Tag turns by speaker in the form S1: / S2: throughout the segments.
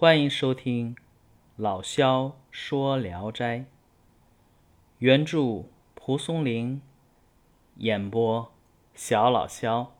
S1: 欢迎收听老萧说聊斋，原著蒲松龄，演播小老萧。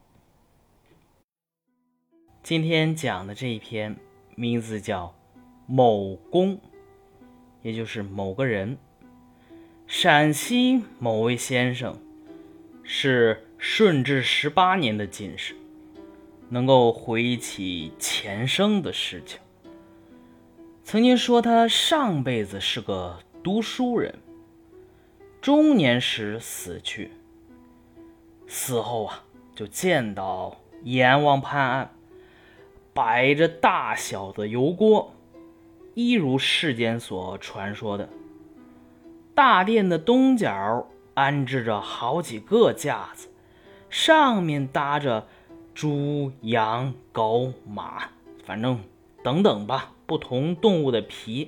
S1: 今天讲的这一篇名字叫某公，也就是某个人。陕西某位先生是顺治18年的进士，能够回忆起前生的事情。曾经说他上辈子是个读书人，中年时死去，死后就见到阎王判案，摆着大小的油锅，一如世间所传说的。大殿的东角安置着好几个架子，上面搭着猪、羊、狗、马，反正等等吧，不同动物的皮。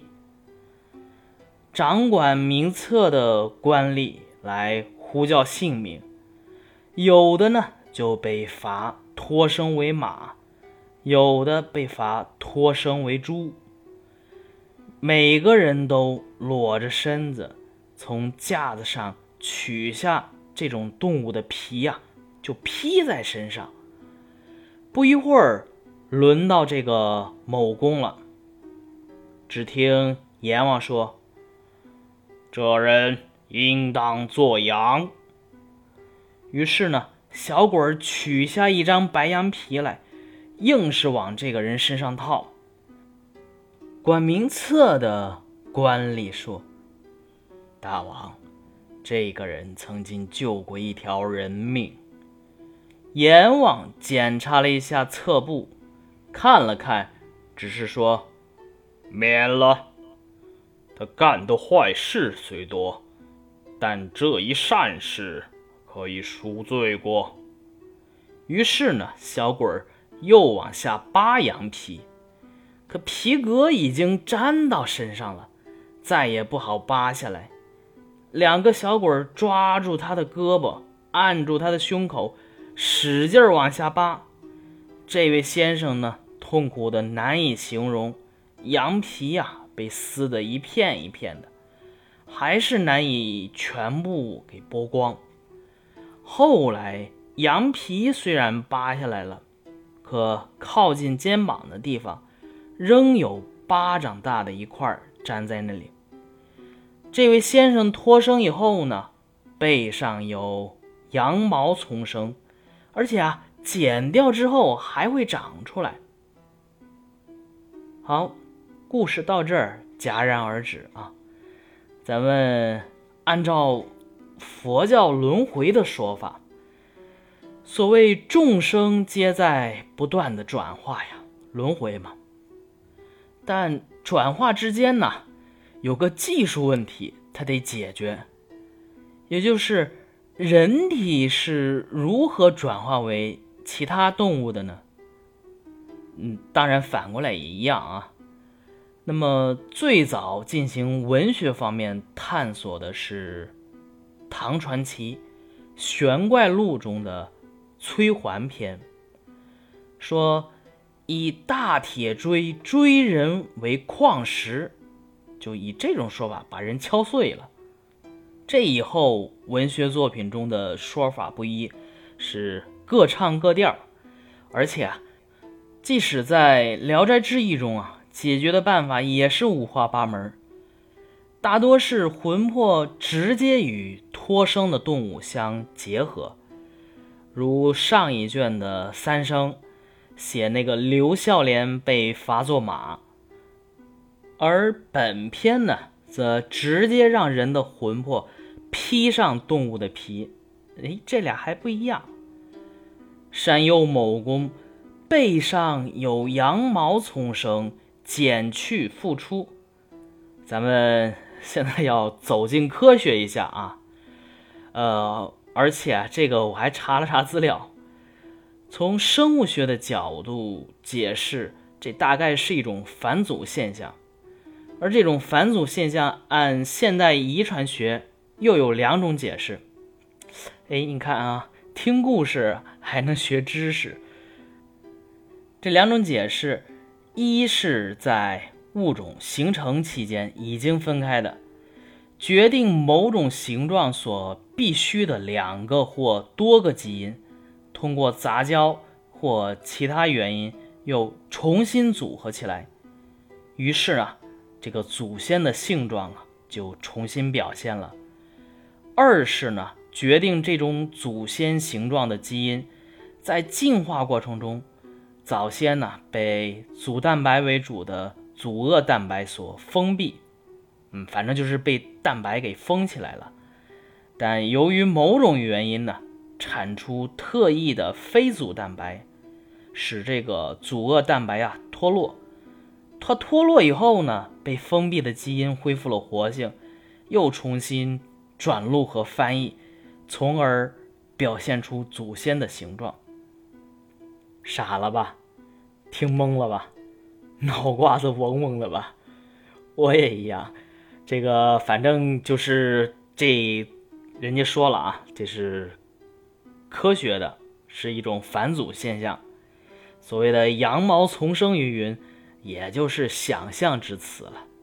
S1: 掌管名册的官吏来呼叫姓名，有的呢就被罚脱生为马，有的被罚脱生为猪。每个人都裸着身子从架子上取下这种动物的皮就披在身上。不一会儿，轮到这个某公了。只听阎王说：“这人应当做羊。”于是呢，小鬼儿取下一张白羊皮来，硬是往这个人身上套。管名册的官吏说：“大王，这个人曾经救过一条人命。”阎王检查了一下册簿，看了看，只是说：“免了。他干的坏事虽多，但这一善事可以赎罪过。”于是呢，小鬼儿又往下扒羊皮，可皮革已经粘到身上了，再也不好扒下来。两个小鬼儿抓住他的胳膊，按住他的胸口，使劲往下扒。这位先生呢，痛苦的难以形容，羊皮被撕得一片一片的，还是难以全部给剥光。后来羊皮虽然扒下来了，可靠近肩膀的地方仍有巴掌大的一块粘在那里。这位先生脱生以后呢，背上有羊毛丛生，而且剪掉之后还会长出来。好，故事到这儿戛然而止咱们按照佛教轮回的说法，所谓众生皆在不断的转化轮回嘛。但转化之间呢，有个技术问题它得解决，也就是人体是如何转化为其他动物的呢？当然反过来也一样那么最早进行文学方面探索的是唐传奇《玄怪录》中的崔桓篇，说以大铁锥锥人为矿石，就以这种说法把人敲碎了。这以后文学作品中的说法不一，是各唱各调，而且即使在《聊斋志异》中解决的办法也是五花八门，大多是魂魄直接与脱生的动物相结合，如上一卷的三生写那个刘孝廉被罚作马，而本篇呢则直接让人的魂魄披上动物的皮。这俩还不一样。山幽某公背上有羊毛丛生，剪去复出。咱们现在要走进科学一下而且这个我还查了查资料，从生物学的角度解释，这大概是一种返祖现象。而这种返祖现象按现代遗传学又有两种解释。你看听故事还能学知识。这两种解释， 一是在物种形成期间已经分开的，决定某种形状所必须的2个或多个基因，通过杂交或其他原因又重新组合起来，于是啊，这个祖先的性状啊就重新表现了。二是呢，决定这种祖先形状的基因在进化过程中，早先呢被组蛋白为主的组萼蛋白所封闭，反正就是被蛋白给封起来了。但由于某种原因呢，产出特异的非组蛋白，使这个组萼蛋白啊脱落。它脱落以后呢，被封闭的基因恢复了活性，又重新转录和翻译，从而表现出祖先的形状。傻了吧？听懵了吧？脑瓜子嗡嗡的吧？我也一样。这个反正就是人家说了啊，这是科学的，是一种返祖现象。所谓的羊毛丛生于云，也就是想象之词了。